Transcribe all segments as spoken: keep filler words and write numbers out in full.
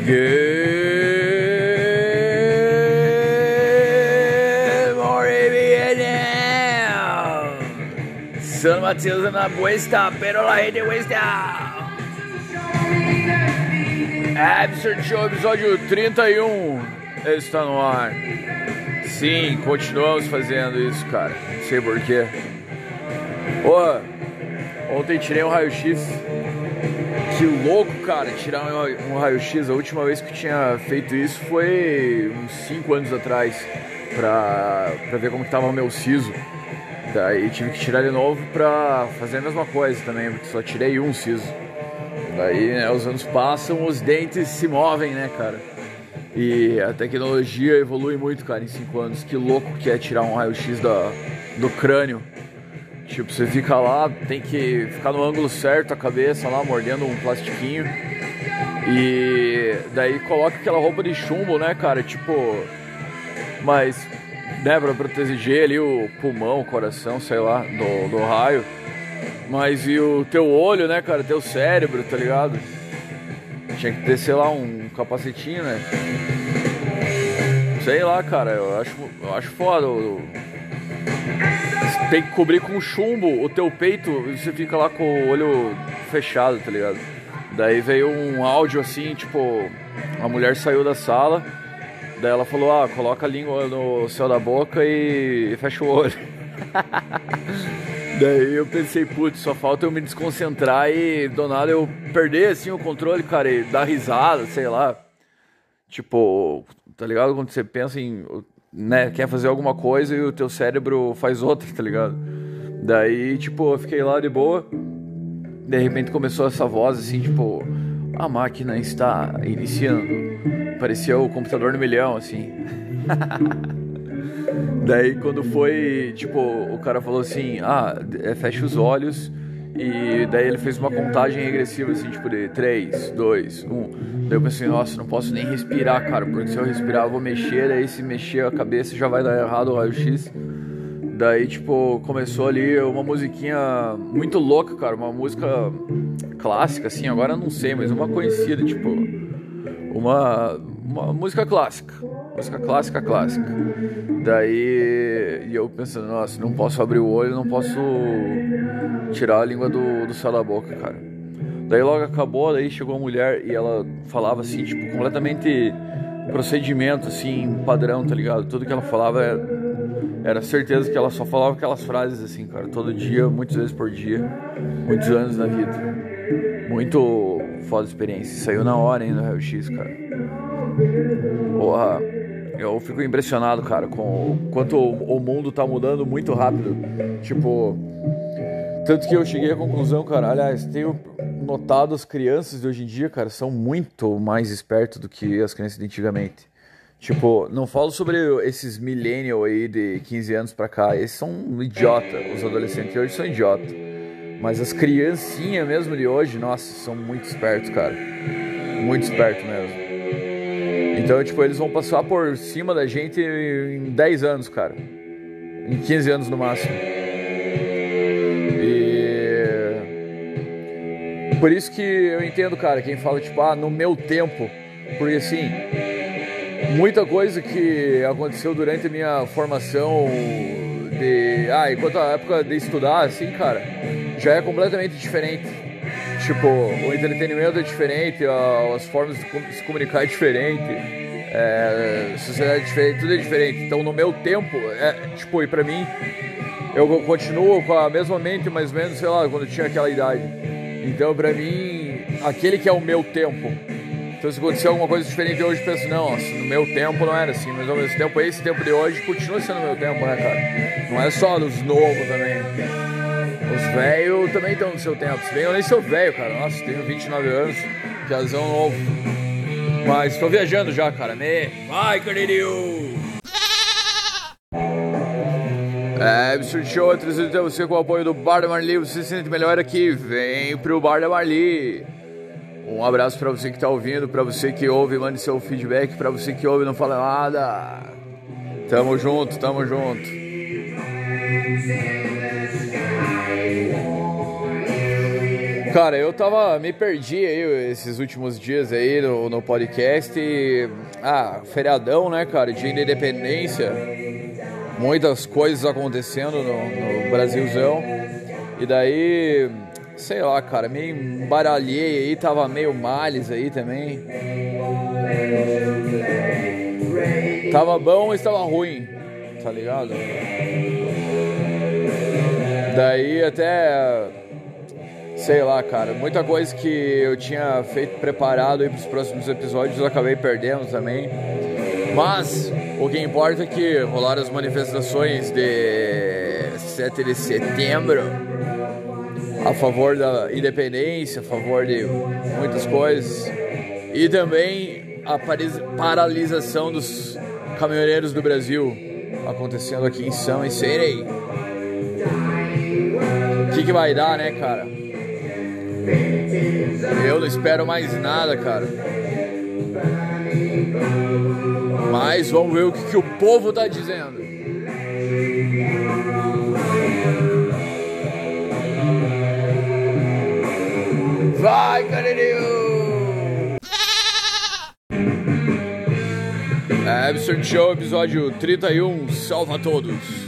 Good morning, Vietnam. San Matheus na Buesta, pero la gente Buesta. Absurd Show, episódio trinta e um está no ar. Sim, continuamos fazendo isso, cara. Não sei porquê. Ô, ontem tirei um raio-x. Que louco, cara, tirar um, um raio-x. A última vez que eu tinha feito isso foi uns cinco anos atrás, pra, pra ver como que tava o meu siso. Daí tive que tirar de novo pra fazer a mesma coisa também, porque só tirei um siso. Daí, né, os anos passam, os dentes se movem, né, cara? E a tecnologia evolui muito, cara, em cinco anos. Que louco que é tirar um raio-x da, do crânio. Tipo, você fica lá, tem que ficar no ângulo certo, a cabeça lá, mordendo um plastiquinho. E daí coloca aquela roupa de chumbo, né, cara? Tipo, mas, né, pra proteger ali o pulmão, o coração, sei lá, do, do raio. Mas e o teu olho, né, cara? Teu cérebro, tá ligado? Tinha que ter, sei lá, um capacetinho, né? Sei lá, cara, eu acho, eu acho foda. Eu, tem que cobrir com chumbo o teu peito e você fica lá com o olho fechado, tá ligado? Daí veio um áudio assim, tipo, a mulher saiu da sala, daí ela falou, ah, coloca a língua no céu da boca e fecha o olho. Daí eu pensei, putz, só falta eu me desconcentrar e do nada eu perder assim o controle, cara, e dar risada, sei lá. Tipo, tá ligado? Quando você pensa em... né, quer fazer alguma coisa e o teu cérebro faz outra, tá ligado? Daí, tipo, eu fiquei lá de boa. De repente começou essa voz assim, tipo, a máquina está iniciando. Parecia o computador no milhão, assim. Daí quando foi, tipo, o cara falou assim, ah, fecha os olhos. E daí ele fez uma contagem regressiva, assim, tipo, de três, dois, um. Daí eu pensei, nossa, não posso nem respirar, cara, porque se eu respirar eu vou mexer, daí se mexer a cabeça já vai dar errado o raio-x. Daí, tipo, começou ali uma musiquinha muito louca, cara, uma música clássica, assim, agora eu não sei, mas uma conhecida, tipo, uma, uma música clássica, música clássica, clássica. Daí, e eu pensando, nossa, não posso abrir o olho, não posso tirar a língua do, do céu da boca, cara. Daí logo acabou, daí chegou a mulher e ela falava assim, tipo, completamente procedimento, assim, padrão, tá ligado? Tudo que ela falava era, era certeza que ela só falava aquelas frases, assim, cara, todo dia, muitas vezes por dia, muitos anos na vida. Muito foda a experiência. Saiu na hora ainda no raio-x, cara. Porra, eu fico impressionado, cara, com o quanto o mundo tá mudando muito rápido. Tipo, tanto que eu cheguei à conclusão, cara, aliás, tenho notado as crianças de hoje em dia, cara, são muito mais espertas do que as crianças de antigamente. Tipo, não falo sobre esses millennials aí de quinze anos pra cá, esses são idiota, os adolescentes de hoje são idiota. Mas as criancinhas mesmo de hoje, nossa, são muito espertos, cara. Muito espertos mesmo. Então, tipo, eles vão passar por cima da gente em dez anos, cara. Em quinze anos no máximo. E... por isso que eu entendo, cara, quem fala, tipo, ah, no meu tempo. Porque, assim, muita coisa que aconteceu durante a minha formação de... ah, enquanto a época de estudar, assim, cara, já é completamente diferente. Tipo, o entretenimento é diferente, as formas de se comunicar é diferente, é, a sociedade é diferente, tudo é diferente. Então, no meu tempo, é, tipo, e pra mim, eu continuo com a mesma mente, mais ou menos, sei lá, quando eu tinha aquela idade. Então, pra mim, aquele que é o meu tempo. Então, se acontecer alguma coisa diferente hoje, eu penso, não, nossa, no meu tempo não era assim, mas ao mesmo tempo, esse tempo de hoje continua sendo o meu tempo, né, cara? Não é só dos novos também. Os velhos também estão no seu tempo. Se bem eu nem sou velho, cara. Nossa, tenho vinte e nove anos, jazão novo. Mas tô viajando já, cara. Me... vai, carneirinho! É, Absurd Show é trazido até você com o apoio do Bar da Marli. Você se sente melhor aqui? Vem pro Bar da Marli. Um abraço pra você que tá ouvindo, pra você que ouve, mande seu feedback. Pra você que ouve e não fala nada. Tamo junto, tamo junto. Cara, eu tava, me perdi aí esses últimos dias aí no, no podcast e, ah, feriadão, né, cara, dia da independência, muitas coisas acontecendo no, no Brasilzão, e daí, sei lá, cara, me embaralhei aí, tava meio males aí também, tava bom, mas tava ruim, tá ligado? Daí até... Sei lá, cara, muita coisa que eu tinha feito preparado aí pros próximos episódios eu acabei perdendo também. Mas o que importa é que rolaram as manifestações de sete de setembro a favor da independência, a favor de muitas coisas. E também a paralisação dos caminhoneiros do Brasil acontecendo aqui em São Isidro. O que, que vai dar, né, cara? Eu não espero mais nada, cara. Mas vamos ver o que, que o povo tá dizendo. Vai, carinho! Absurd Show, episódio trinta e um. Salva a todos!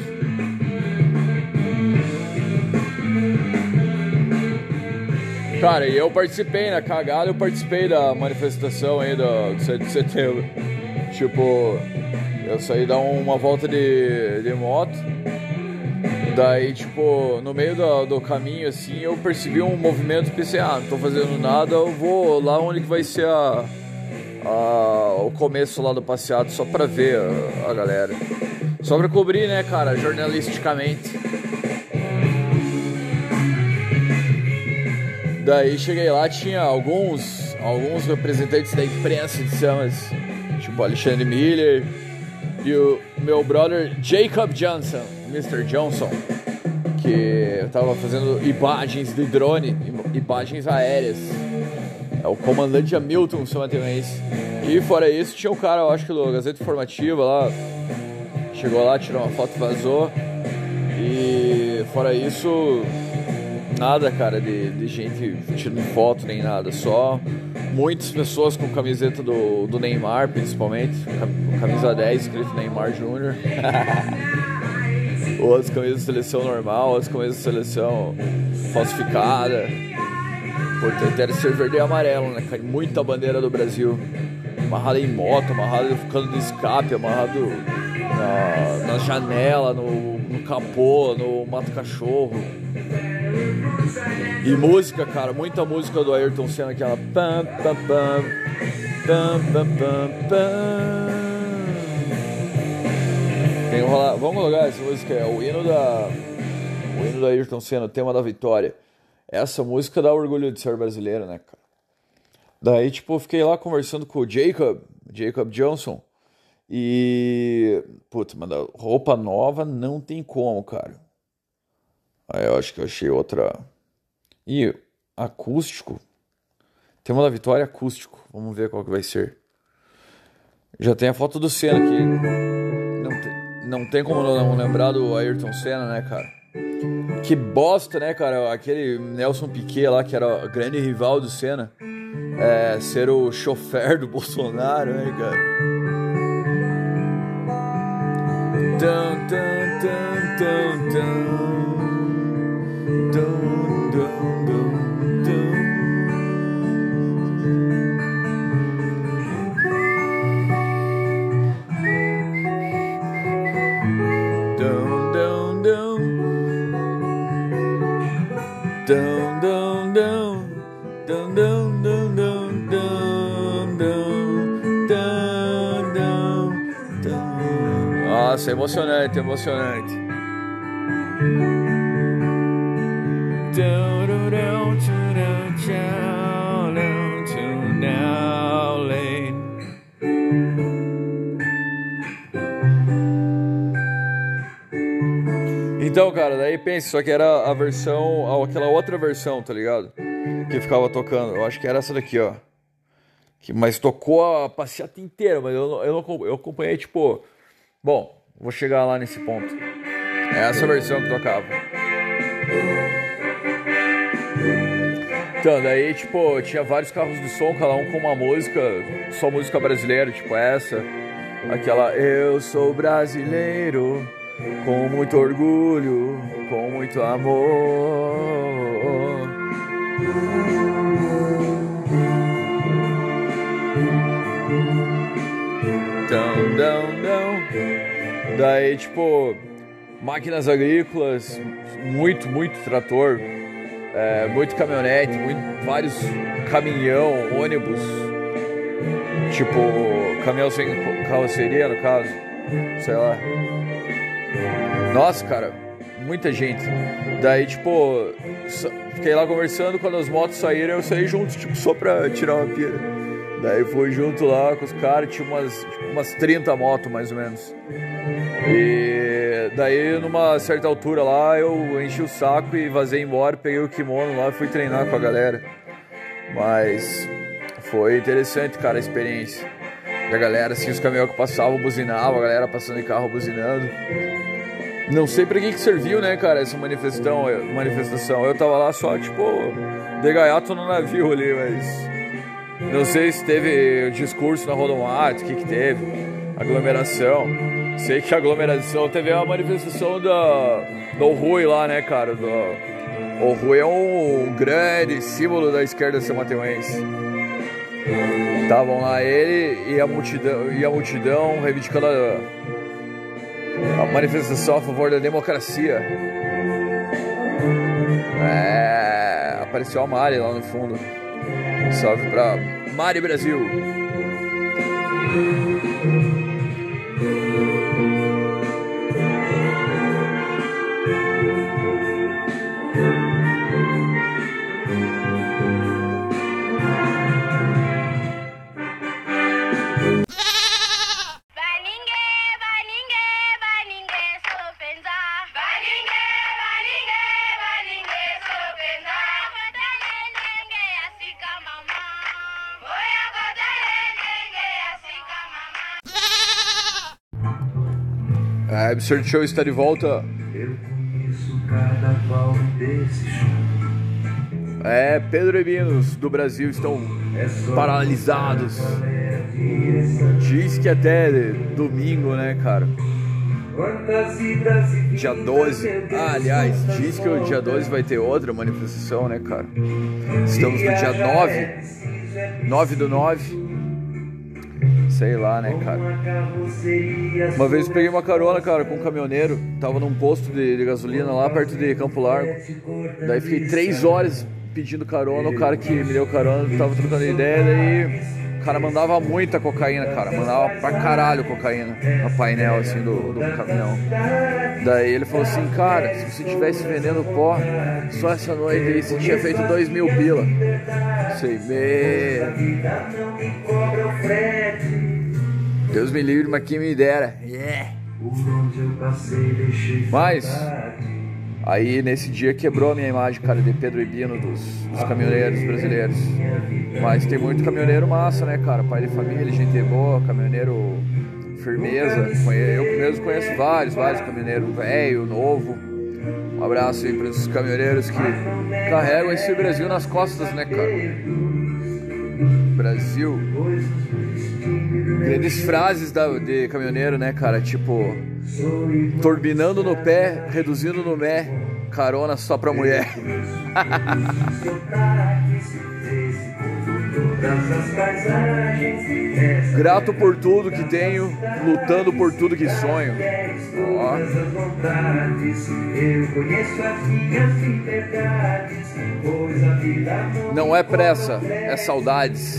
Cara, e eu participei, na cagada, eu participei da manifestação aí do sete de setembro. Tipo, eu saí dar uma volta de, de moto. Daí, tipo, no meio do, do caminho, assim, eu percebi um movimento e pensei, ah, não tô fazendo nada, eu vou lá onde que vai ser a, a, o começo lá do passeado, só pra ver a, a galera. Só pra cobrir, né, cara, jornalisticamente. Daí cheguei lá, tinha alguns, alguns representantes da imprensa de Samas, tipo Alexandre Miller e o meu brother Jacob Johnson, mister Johnson, que tava fazendo imagens de drone, imagens aéreas. É o comandante Hamilton, seu Matheus. E fora isso, tinha o cara, eu acho que do Gazeta Informativa lá, chegou lá, tirou uma foto e vazou. E fora isso... Nada, cara, de, de gente tirando foto nem nada, só muitas pessoas com camiseta do, do Neymar, principalmente, camisa dez, escrito Neymar Júnior outras camisas de seleção normal, outras camisas de seleção falsificada, importante era ser verde e amarelo, né, cara, muita bandeira do Brasil, amarrado em moto, amarrado no cano de escape, amarrado na, na janela, no, no capô, no mato-cachorro. E música, cara, muita música do Ayrton Senna, aquela pam pam pam pam pam pam pam. Tem que rolar, vamos colocar essa música, é o hino da o hino do Ayrton Senna, o tema da vitória. Essa música dá orgulho de ser brasileiro, né, cara? Daí, tipo, eu fiquei lá conversando com o Jacob, Jacob Johnson. E... Putz, mano, roupa nova não tem como, cara. Aí eu acho que eu achei outra... E acústico. Tema da vitória acústico. Vamos ver qual que vai ser. Já tem a foto do Senna aqui. Não tem, não tem como não lembrar do Ayrton Senna, né, cara? Que bosta, né, cara? Aquele Nelson Piquet lá, que era o grande rival do Senna. É, ser o chofer do Bolsonaro, né, cara? Dun, dun, dun, dun, dun. Dun, dun, dun, dun. Dun, dun, dun. Dun, dun, dun. Dun, dun, dun, dun, dun, dun, dun, dun, dun. Nossa, emocionante, emocionante. Então, cara, daí pensa, só que era a versão, aquela outra versão, tá ligado? Que ficava tocando, eu acho que era essa daqui, ó. Que, mas tocou a passeata inteira, mas eu, eu, não, eu acompanhei, tipo... Bom, vou chegar lá nesse ponto. É essa versão que tocava. Então, daí, tipo, tinha vários carros de som, cada um com uma música, só música brasileira, tipo essa, aquela Eu sou brasileiro, com muito orgulho, com muito amor. Dão, dão, dão. Daí, tipo, máquinas agrícolas, muito, muito trator. É, muito caminhonete, muito, vários caminhão, ônibus, tipo, caminhão sem carroceria no caso, sei lá. Nossa, cara, muita gente. Daí, tipo, fiquei lá conversando, quando as motos saíram, eu saí junto, tipo, só pra tirar uma pira. Daí fui junto lá com os caras, tinha umas, tipo, umas trinta motos, mais ou menos. E daí, numa certa altura lá, eu enchi o saco e vazei embora, peguei o kimono lá e fui treinar com a galera. Mas foi interessante, cara, a experiência. E a galera, assim, os caminhões que passavam, buzinavam, a galera passando de carro buzinando. Não sei pra que que serviu, né, cara, essa manifestação. manifestação. Eu tava lá só, tipo, de gaiato no navio ali, mas... Não sei se teve discurso na Rodomar, o que que teve, aglomeração. Sei que a aglomeração teve uma manifestação da, do Rui lá, né, cara? Do, o Rui é um grande símbolo da esquerda samateuense. Estavam lá ele e a multidão, e a multidão reivindicando a, a manifestação a favor da democracia. É, apareceu a Mari lá no fundo. Salve pra Mari Brasil. A Absurd Show está de volta. Eu conheço cada qual desse show. É, Pedro e Minos do Brasil estão paralisados. Diz que até domingo, né, cara? Dia doze. Ah, aliás, diz que o dia doze vai ter outra manifestação, né, cara? Estamos no dia nove. nove do nove. Sei lá, né, cara? Uma vez eu peguei uma carona, cara, com um caminhoneiro. Tava num posto de, de gasolina lá perto de Campo Largo. Daí fiquei três horas pedindo carona. O cara que me deu carona tava trocando ideia. Daí o cara mandava muita cocaína, cara. Mandava pra caralho cocaína no painel, assim, do, do caminhão. Daí ele falou assim, cara, se você estivesse vendendo pó, só essa noite aí você tinha feito dois mil pila. Sei mesmo. Deus me livre, mas quem me dera. Yeah. Mas aí nesse dia quebrou a minha imagem, cara, de Pedro e Bino, dos, dos caminhoneiros brasileiros. Mas tem muito caminhoneiro massa, né, cara? Pai de família, gente boa, caminhoneiro firmeza. Eu mesmo conheço vários, vários caminhoneiros, velho, novo. Um abraço aí para os caminhoneiros que carregam esse Brasil nas costas, né, cara? Brasil. Grandes frases da, de caminhoneiro, né, cara? Tipo, turbinando no pé, reduzindo no mé, carona só pra mulher. Grato por tudo que tenho, lutando por tudo que sonho. Ó. Não é pressa, é saudades.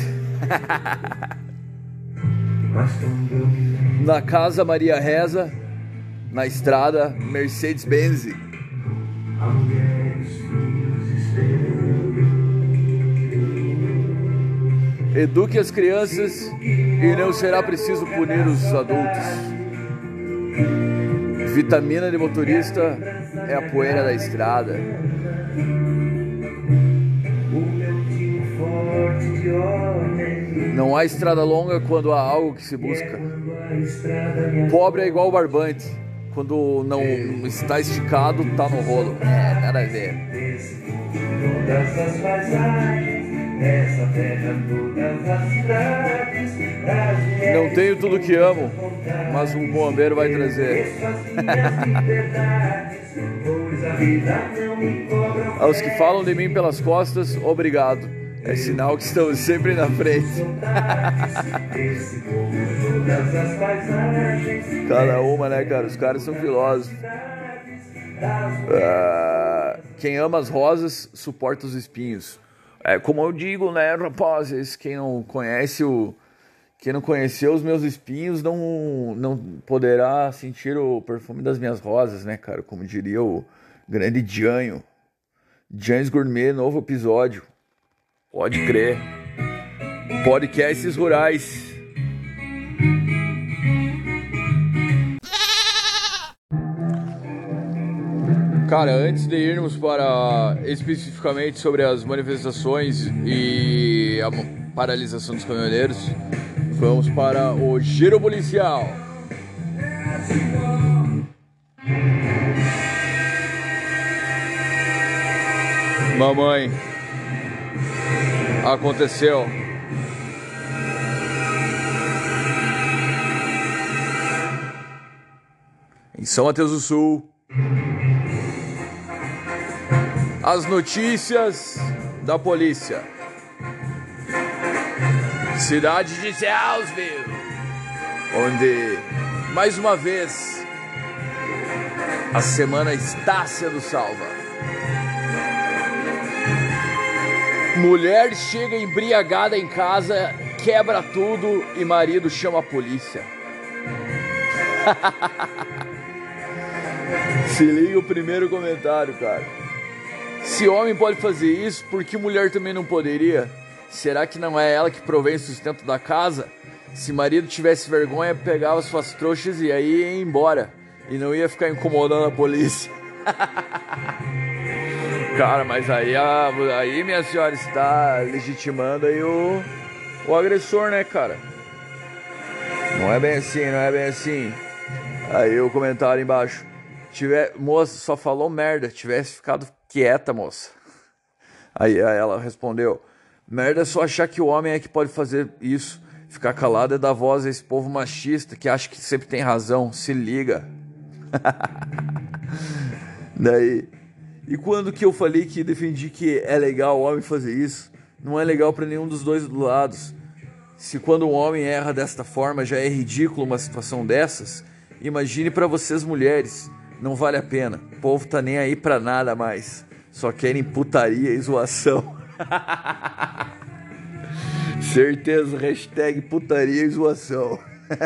Na casa Maria Reza, na estrada Mercedes-Benz. Eduque as crianças e não será preciso punir os adultos. Vitamina de motorista é a poeira da estrada. Não há estrada longa quando há algo que se busca. Pobre é igual barbante, quando não está esticado, tá no rolo. É, nada a ver. Todas as paisagens, essa terra, todas as cidades, as Não tenho tudo que amo, mas um bombeiro vai trazer. Aos que falam de mim pelas costas, obrigado. É sinal que estamos sempre na frente. Cada uma, né, cara? Os caras são filósofos. Uh, quem ama as rosas, suporta os espinhos. É como eu digo, né, rapazes? Quem não conhece o... Quem não conheceu os meus espinhos não, não poderá sentir o perfume das minhas rosas, né, cara? Como diria o grande Janho. Janhos Gourmet, novo episódio. Pode crer. Podcasts rurais. Cara, antes de irmos para especificamente sobre as manifestações e a paralisação dos caminhoneiros, vamos para o giro policial. Mamãe, aconteceu. Em São Mateus do Sul, as notícias da polícia. Cidade de Townsville, onde, mais uma vez, a semana está sendo salva. Mulher chega embriagada em casa, quebra tudo e marido chama a polícia. Se liga o primeiro comentário, cara. Se homem pode fazer isso, por que mulher também não poderia? Será que não é ela que provém o sustento da casa? Se marido tivesse vergonha, pegava suas trouxas e aí ia embora. E não ia ficar incomodando a polícia. Cara, mas aí, a, aí minha senhora está legitimando aí o, o agressor, né, cara? Não é bem assim, não é bem assim. Aí o comentário embaixo. Tiver, moça, só falou merda. Tivesse ficado quieta, moça. Aí, aí ela respondeu. Merda é só achar que o homem é que pode fazer isso. Ficar calado é dar voz a esse povo machista que acha que sempre tem razão. Se liga. Daí... E quando que eu falei que defendi que é legal o homem fazer isso, não é legal para nenhum dos dois lados. Se quando um homem erra desta forma já é ridículo uma situação dessas, imagine para vocês mulheres, não vale a pena. O povo tá nem aí pra nada mais, só querem putaria e zoação. Certeza, hashtag putaria e zoação.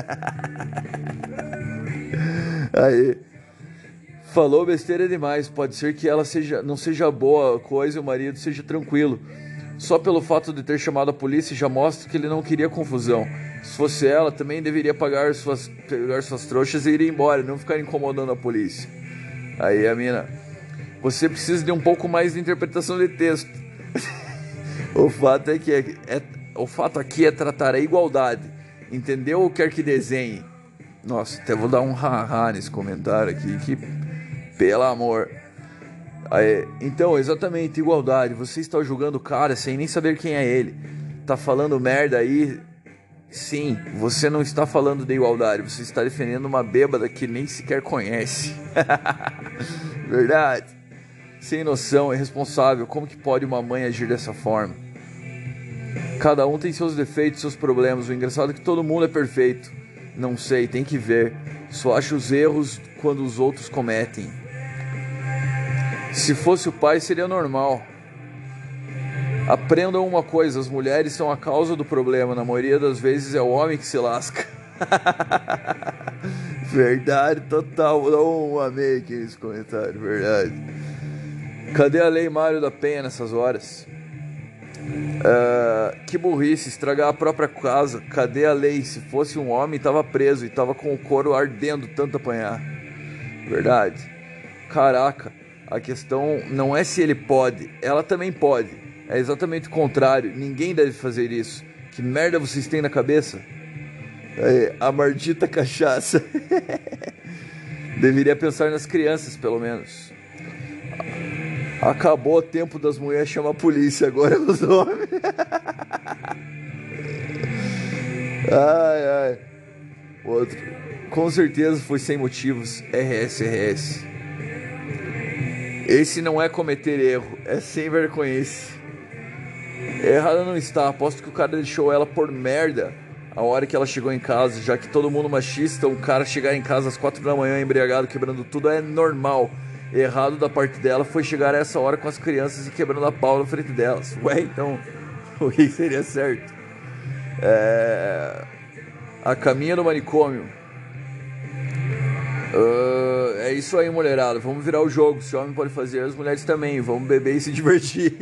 Aí... Falou besteira demais, pode ser que ela seja, não seja boa coisa e o marido seja tranquilo. Só pelo fato de ter chamado a polícia já mostra que ele não queria confusão. Se fosse ela, também deveria pagar suas, pegar suas trouxas e ir embora, não ficar incomodando a polícia. Aí a mina, você precisa de um pouco mais de interpretação de texto. O fato é que é, é, o fato aqui é tratar a igualdade. Entendeu ou quer que desenhe? Nossa, até vou dar um haha nesse comentário aqui que... Pelo amor. Aí, então, exatamente, igualdade. Você está julgando o cara sem nem saber quem é ele. Tá falando merda aí. Sim, você não está falando de igualdade. Você está defendendo uma bêbada que nem sequer conhece. Verdade. Sem noção, irresponsável. Como que pode uma mãe agir dessa forma? Cada um tem seus defeitos, seus problemas. O engraçado é que todo mundo é perfeito. Não sei, tem que ver. Só acho os erros quando os outros cometem. Se fosse o pai, seria normal. Aprendam uma coisa, as mulheres são a causa do problema. Na maioria das vezes é o homem que se lasca. Verdade, total. Não amei aqui esse comentário, verdade. Cadê a lei Mário da Penha nessas horas? Uh, que burrice, estragar a própria casa. Cadê a lei? Se fosse um homem, tava preso e tava com o couro ardendo tanto apanhar. Verdade. Caraca, a questão não é se ele pode, ela também pode. É exatamente o contrário, ninguém deve fazer isso. Que merda vocês têm na cabeça? Aí, a maldita cachaça. Deveria pensar nas crianças, pelo menos. Acabou o tempo das mulheres chamar a polícia, agora é os homens. Ai, ai. Outro. Com certeza foi sem motivos. R S R S. Esse não é cometer erro, é sem vergonhice. Errada não está, aposto que o cara deixou ela por merda a hora que ela chegou em casa, já que todo mundo machista, um cara chegar em casa às quatro da manhã embriagado, quebrando tudo é normal. Errado da parte dela foi chegar a essa hora com as crianças e quebrando a pau na frente delas. Ué, então, o que seria certo? É... A caminha do manicômio. Uh, é isso aí, mulherada. Vamos virar o jogo. Se o homem pode fazer, as mulheres também. Vamos beber e se divertir.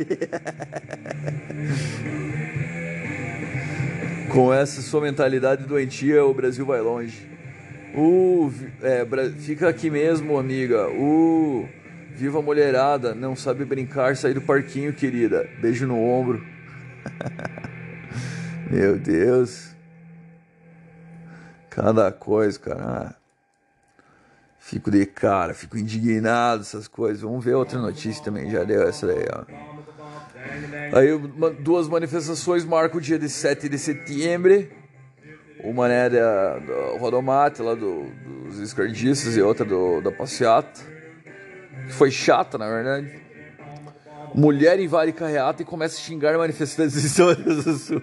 Com essa sua mentalidade doentia, o Brasil vai longe. Uh, é, fica aqui mesmo, amiga. Uh, viva a mulherada. Não sabe brincar, sair do parquinho, querida. Beijo no ombro. Meu Deus. Cada coisa, cara. Fico de cara, fico indignado, essas coisas. Vamos ver outra notícia também, já deu essa daí, ó. Aí duas manifestações marcam o dia de sete de setembro. Uma, né, da, da Rodomate, lá do, dos esquerdistas, e outra do, da passeata. Que foi chata, na verdade. Mulher invade carreata e começa a xingar manifestantes de São Paulo do Sul.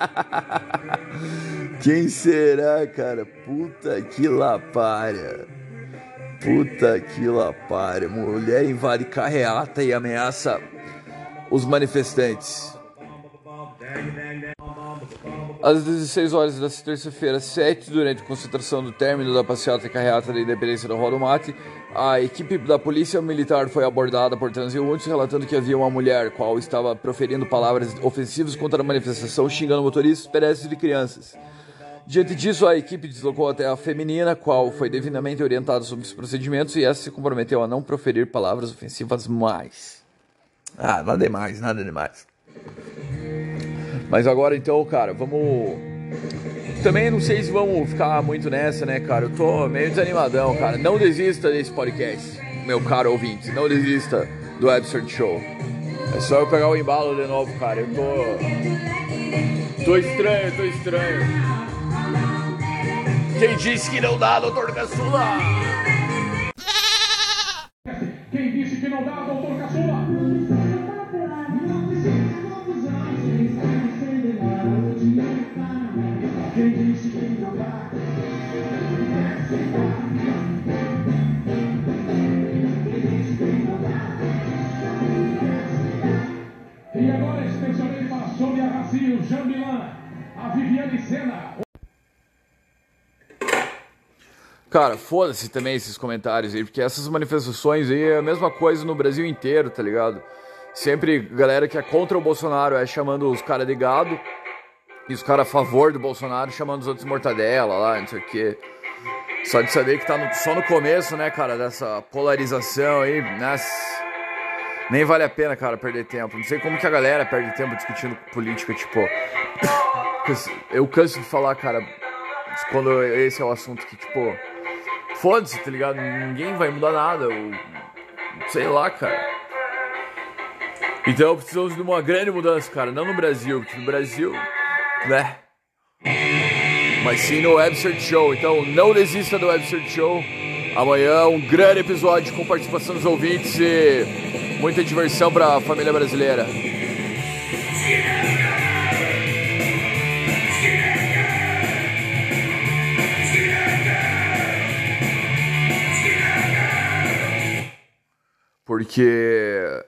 Quem será, cara? Puta que lapária. Puta que lapária. Mulher invade carreata e ameaça os manifestantes. Às dezesseis horas desta terça-feira, sete, durante a concentração do término da passeata e carreata da independência do Rodomate, a equipe da polícia militar foi abordada por transeuntes, relatando que havia uma mulher, qual estava proferindo palavras ofensivas contra a manifestação, xingando motoristas, pedestres e crianças. Diante disso, a equipe deslocou até a feminina, qual foi devidamente orientada sobre os procedimentos, e essa se comprometeu a não proferir palavras ofensivas mais. Ah, nada demais, nada demais. Mas agora então, cara, vamos... Também não sei se vamos ficar muito nessa, né, cara? Eu tô meio desanimadão, cara. Não desista desse podcast, meu caro ouvinte. Não desista do Absurd Show. É só eu pegar o embalo de novo, cara. Eu tô... Tô estranho, tô estranho. Quem disse que não dá, doutor Caçula? Quem disse que não dá, doutor Caçula? Quem disse que não dá? E agora inspecionei para sobre a Racinho, Jambilan, a Viviane Sena. Cara, foda-se também esses comentários aí, porque essas manifestações aí é a mesma coisa no Brasil inteiro, tá ligado? Sempre galera que é contra o Bolsonaro é chamando os caras de gado, e os caras a favor do Bolsonaro chamando os outros de mortadela lá, não sei o quê. Só de saber que tá no, só no começo, né, cara, dessa polarização aí, nossa, nem vale a pena, cara, perder tempo. Não sei como que a galera perde tempo discutindo política, tipo... Eu canso de falar, cara, quando esse é o assunto que, tipo... Foda-se, tá ligado? Ninguém vai mudar nada, eu... sei lá, cara. Então precisamos de uma grande mudança, cara, não no Brasil, porque no Brasil... né? Mas sim no Absurd Show. Então não desista do Absurd Show. Amanhã um grande episódio com participação dos ouvintes e muita diversão pra família brasileira. Porque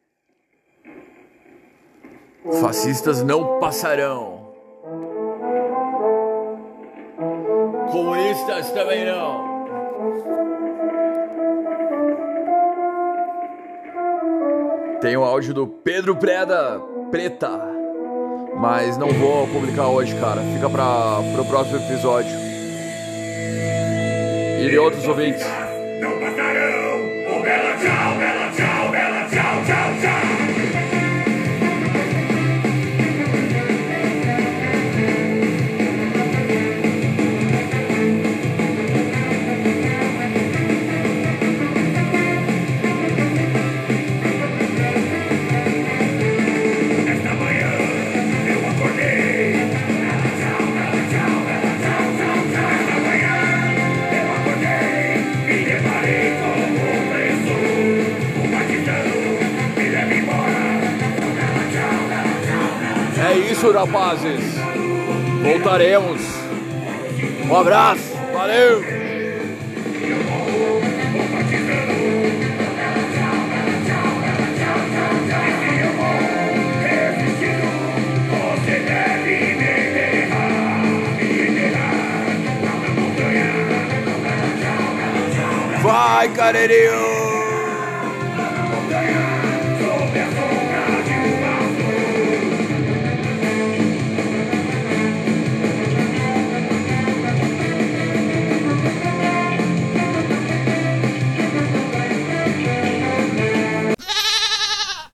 fascistas não passarão. Comunistas também não. Tem o áudio do Pedro Preda Preta, mas não vou publicar hoje, cara. Fica para pro próximo episódio. E de outros ouvintes. Não passarão. Oh, bela tchau, bela tchau, bela tchau, tchau, tchau. É isso, rapazes. Voltaremos. Um abraço. Valeu. Vai, Carreirinho!